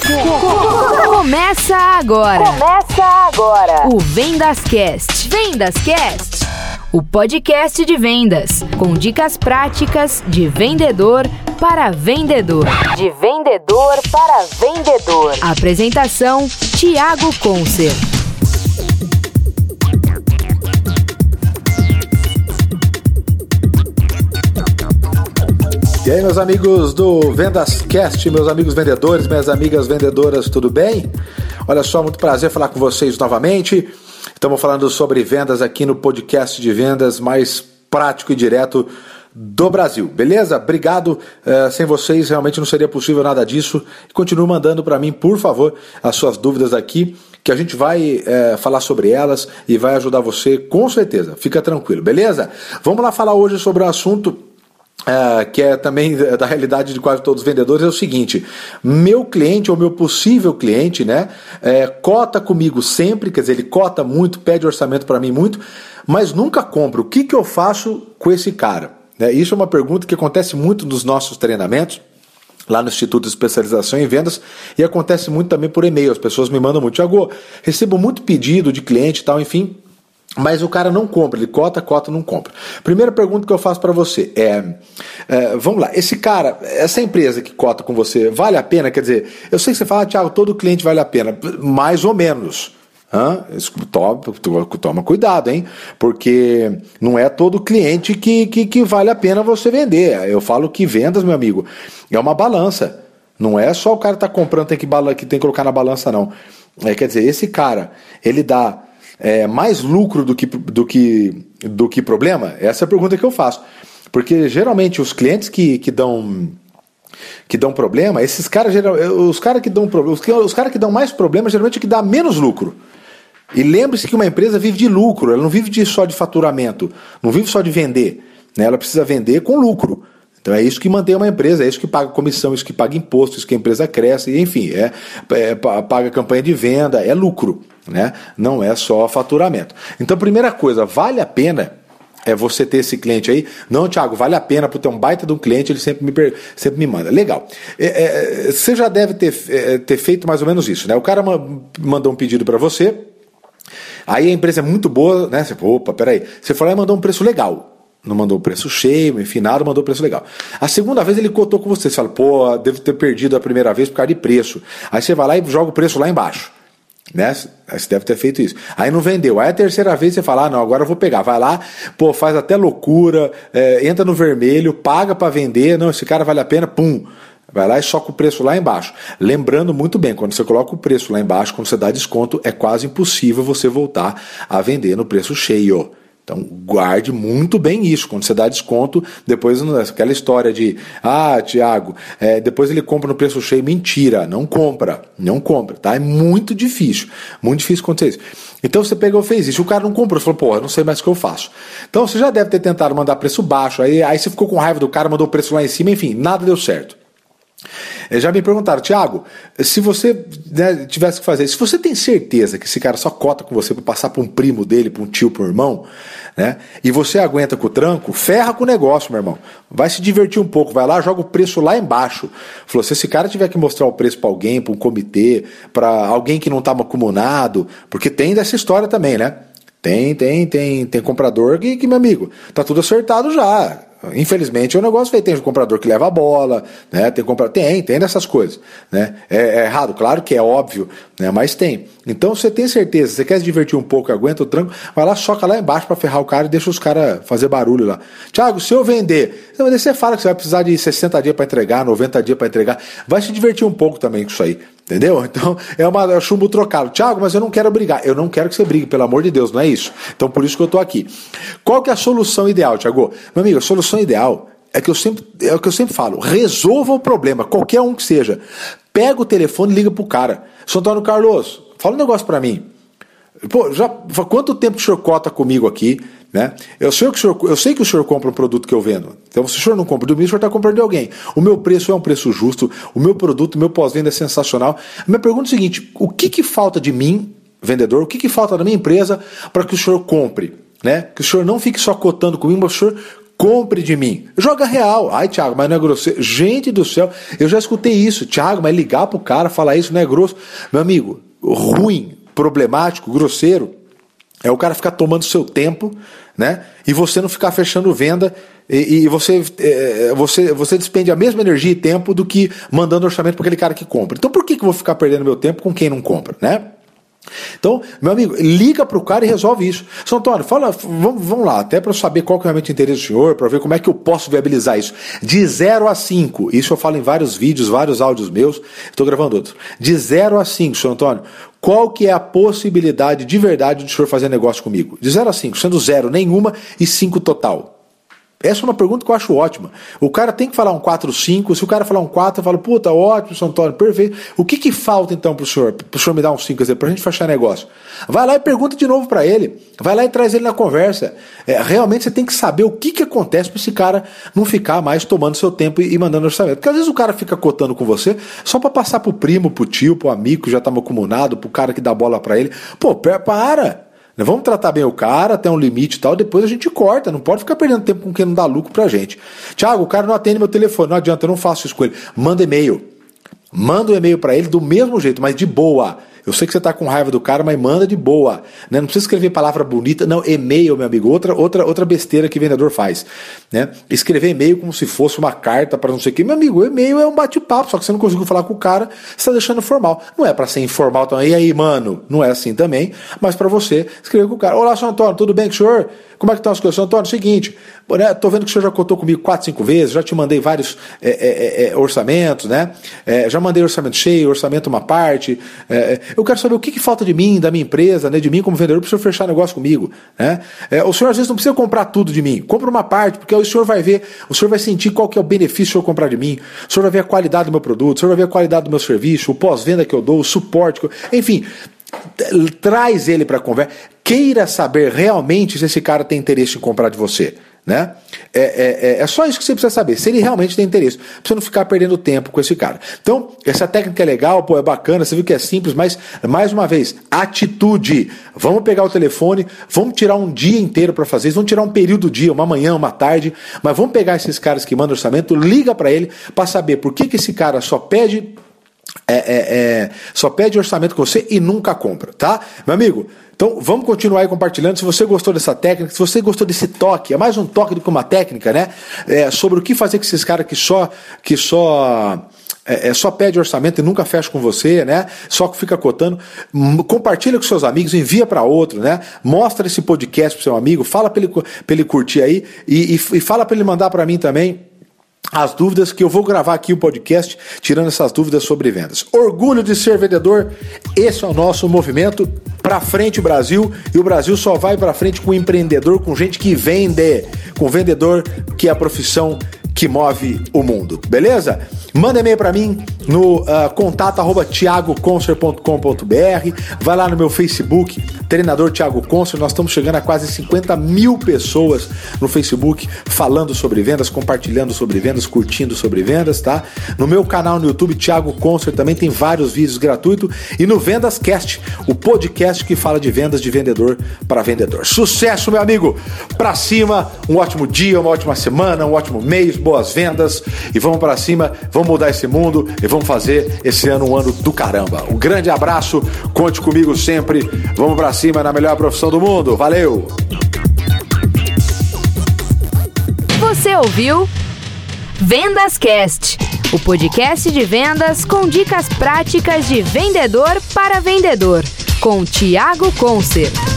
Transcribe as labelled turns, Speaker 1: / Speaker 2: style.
Speaker 1: Começa agora o Vendas Cast. Vendas Cast, o podcast de vendas, com dicas práticas de vendedor para vendedor. De vendedor para vendedor. Apresentação: Thiago Concer.
Speaker 2: E aí, meus amigos do Vendas Cast, meus amigos vendedores, minhas amigas vendedoras, tudo bem? Olha só, muito prazer falar com vocês novamente. Estamos falando sobre vendas aqui no podcast de vendas mais prático e direto do Brasil, beleza? Obrigado, sem vocês realmente não seria possível nada disso. Continue mandando para mim, por favor, as suas dúvidas aqui, que a gente vai falar sobre elas e vai ajudar você com certeza, fica tranquilo, beleza? Vamos lá falar hoje sobre o assunto que é também da realidade de quase todos os vendedores, é o seguinte: meu cliente ou meu possível cliente, né, cota comigo sempre, quer dizer, ele cota muito, pede orçamento para mim muito, mas nunca compra. O que eu faço com esse cara? Isso é uma pergunta que acontece muito nos nossos treinamentos, lá no Instituto de Especialização em Vendas, e acontece muito também por e-mail. As pessoas me mandam muito: Thiago, recebo muito pedido de cliente e tal, enfim, mas o cara não compra, ele cota, não compra. Primeira pergunta que eu faço para você vamos lá, esse cara, essa empresa que cota com você, vale a pena? Quer dizer, eu sei que você fala: Thiago, todo cliente vale a pena, mais ou menos. Toma cuidado, hein? Porque não é todo cliente que vale a pena você vender. Eu falo que vendas, meu amigo, é uma balança. Não é só o cara que está comprando que tem que colocar na balança, não. Quer dizer, esse cara, ele dá mais lucro do que problema? Essa é a pergunta que eu faço. Porque geralmente os clientes que dão problema, esses caras, os caras que dão problema, os caras que dão mais problema, geralmente é que dá menos lucro. E lembre-se que uma empresa vive de lucro, ela não vive só de faturamento, não vive só de vender, né? Ela precisa vender com lucro. Então é isso que mantém uma empresa, é isso que paga comissão, isso que paga imposto, isso que a empresa cresce, enfim, paga campanha de venda, é lucro, né? Não é só faturamento. Então, primeira coisa, vale a pena você ter esse cliente aí? Não, Thiago, vale a pena por ter um baita de um cliente, ele sempre me manda. Legal. Você já deve ter feito mais ou menos isso, né? O cara mandou um pedido para você, aí a empresa é muito boa, né? Você, opa, peraí. Você foi lá e mandou um preço legal. Não mandou o preço cheio, enfim, nada, mandou o preço legal. A segunda vez ele cotou com você. Você fala: pô, devo ter perdido a primeira vez por causa de preço. Aí você vai lá e joga o preço lá embaixo, né? Aí você deve ter feito isso. Aí não vendeu. Aí a terceira vez você fala: não, agora eu vou pegar. Vai lá, pô, faz até loucura, entra no vermelho, paga para vender. Não, esse cara vale a pena, pum. Vai lá e soca o preço lá embaixo. Lembrando muito bem, quando você coloca o preço lá embaixo, quando você dá desconto, é quase impossível você voltar a vender no preço cheio. Então guarde muito bem isso. Quando você dá desconto, depois aquela história de: Thiago, depois ele compra no preço cheio. Mentira, não compra, tá? É muito difícil acontecer isso. Então você pegou e fez isso, o cara não comprou, você falou: pô, eu não sei mais o que eu faço. Então você já deve ter tentado mandar preço baixo, aí você ficou com raiva do cara, mandou o preço lá em cima, enfim, nada deu certo. Já me perguntaram: Thiago, se você tivesse que fazer, se você tem certeza que esse cara só cota com você para passar para um primo dele, para um tio, para um irmão, né, e você aguenta com o tranco, ferra com o negócio, meu irmão. Vai se divertir um pouco, vai lá, joga o preço lá embaixo. Falou: se esse cara tiver que mostrar o preço para alguém, para um comitê, para alguém que não está macumunado, porque tem dessa história também, né? Tem comprador que, meu amigo, tá tudo acertado já. Infelizmente é um negócio feio. Tem um comprador que leva a bola, né? Tem dessas coisas, né? É errado, claro que é óbvio, né? Mas tem. Então você tem certeza, você quer se divertir um pouco, aguenta o tranco, vai lá, soca lá embaixo para ferrar o cara e deixa os caras fazer barulho lá. Thiago, se eu vender, você fala que você vai precisar de 60 dias para entregar, 90 dias para entregar, vai se divertir um pouco também com isso aí. Entendeu? Então é chumbo trocado. Thiago, mas eu não quero brigar. Eu não quero que você brigue, pelo amor de Deus, não é isso. Então por isso que eu tô aqui. Qual que é a solução ideal, Thiago? Meu amigo, a solução ideal é o que eu sempre falo: resolva o problema, qualquer um que seja. Pega o telefone e liga pro cara: Sr. Antônio Carlos, fala um negócio pra mim. Pô, já quanto tempo que o senhor cota comigo aqui, né? Eu sei que o senhor compra um produto que eu vendo. Então, se o senhor não compra do mim, o senhor está comprando de alguém. O meu preço é um preço justo, o meu produto, o meu pós-venda é sensacional. A minha pergunta é a seguinte: o que falta de mim, vendedor, o que falta da minha empresa para que o senhor compre, né? Que o senhor não fique só cotando comigo, mas o senhor compre de mim. Joga real. Ai, Thiago, mas não é grosseiro. Gente do céu, eu já escutei isso. Thiago, mas ligar pro cara, falar isso não é grosso. Meu amigo, ruim, problemático, grosseiro, é o cara ficar tomando seu tempo, né? E você não ficar fechando venda e você despende a mesma energia e tempo do que mandando orçamento para aquele cara que compra. Então por que eu vou ficar perdendo meu tempo com quem não compra, né? Então, meu amigo, liga para o cara e resolve isso. São Antônio, fala, vamos lá, até para eu saber qual que é realmente o interesse do senhor, para ver como é que eu posso viabilizar isso. De 0 a 5, isso eu falo em vários vídeos, vários áudios meus, estou gravando outros. De 0 a 5, senhor Antônio, qual que é a possibilidade de verdade do senhor fazer negócio comigo? De 0 a 5, sendo 0 nenhuma e 5 total. Essa é uma pergunta que eu acho ótima. O cara tem que falar um 4, 5. Se o cara falar um 4, eu falo, puta, ótimo, São Antônio, perfeito. O que falta então pro senhor me dar um 5, quer dizer, pra gente fechar negócio? Vai lá e pergunta de novo pra ele. Vai lá e traz ele na conversa. Realmente você tem que saber o que acontece pra esse cara não ficar mais tomando seu tempo e mandando orçamento. Porque às vezes o cara fica cotando com você só pra passar pro primo, pro tio, pro amigo que já tá comunado, pro cara que dá bola pra ele. Pô, para! Vamos tratar bem o cara, até um limite e tal, depois a gente corta, não pode ficar perdendo tempo com quem não dá lucro pra gente. Thiago, o cara não atende meu telefone, não adianta, eu não faço isso com ele. Manda e-mail. Manda um e-mail pra ele do mesmo jeito, mas de boa. Eu sei que você tá com raiva do cara, mas manda de boa, né? Não precisa escrever palavra bonita, não, e-mail, meu amigo, outra besteira que vendedor faz, né? Escrever e-mail como se fosse uma carta para não sei o que. Meu amigo, o e-mail é um bate-papo, só que você não conseguiu falar com o cara, você tá deixando formal. Não é para ser informal também, e aí, mano? Não é assim também, mas para você escrever com o cara. Olá, senhor Antônio, tudo bem com o senhor? Como é que estão as coisas? Senhor Antônio, seguinte, né, tô vendo que o senhor já cotou comigo 4, 5 vezes, já te mandei vários orçamentos, né? Já mandei orçamento cheio, orçamento uma parte. Eu quero saber o que falta de mim, da minha empresa, né, de mim como vendedor, para o senhor fechar negócio comigo, né? O senhor às vezes não precisa comprar tudo de mim, compra uma parte, porque aí o senhor vai ver, o senhor vai sentir qual que é o benefício do senhor comprar de mim, o senhor vai ver a qualidade do meu produto, o senhor vai ver a qualidade do meu serviço, o pós-venda que eu dou, o suporte, enfim, traz ele para a conversa, queira saber realmente se esse cara tem interesse em comprar de você, né? É só isso que você precisa saber, se ele realmente tem interesse, pra você não ficar perdendo tempo com esse cara. Então, essa técnica é legal, pô, é bacana, você viu que é simples, mas, mais uma vez, atitude. Vamos pegar o telefone, vamos tirar um dia inteiro para fazer isso, vamos tirar um período do dia, uma manhã, uma tarde, mas vamos pegar esses caras que mandam orçamento, liga para ele para saber por que esse cara só pede orçamento com você e nunca compra, tá? Meu amigo, então vamos continuar aí compartilhando. Se você gostou dessa técnica, se você gostou desse toque, é mais um toque do que uma técnica, né? Sobre o que fazer com esses caras que só pede orçamento e nunca fecha com você, né? Só que fica cotando. Compartilha com seus amigos, envia para outro, né? Mostra esse podcast pro seu amigo, fala para ele curtir aí e fala para ele mandar para mim também as dúvidas, que eu vou gravar aqui o podcast tirando essas dúvidas sobre vendas. Orgulho de ser vendedor, esse é o nosso movimento. Pra frente, Brasil, e o Brasil só vai pra frente com empreendedor, com gente que vende, com vendedor, que é a profissão que move o mundo, beleza? Manda e-mail para mim no contato@thiagoconcer.com.br, vai lá no meu Facebook, Treinador Thiago Concer, nós estamos chegando a quase 50 mil pessoas no Facebook falando sobre vendas, compartilhando sobre vendas, curtindo sobre vendas, tá? No meu canal no YouTube, Thiago Concer, também tem vários vídeos gratuitos, e no Vendas Cast, o podcast que fala de vendas de vendedor para vendedor. Sucesso, meu amigo! Pra cima, um ótimo dia, uma ótima semana, um ótimo mês, boas vendas, e vamos para cima, vamos mudar esse mundo e vamos fazer esse ano um ano do caramba. Um grande abraço, conte comigo sempre, vamos para cima na melhor profissão do mundo. Valeu!
Speaker 1: Você ouviu Vendas Cast, o podcast de vendas com dicas práticas de vendedor para vendedor, com Thiago Concer.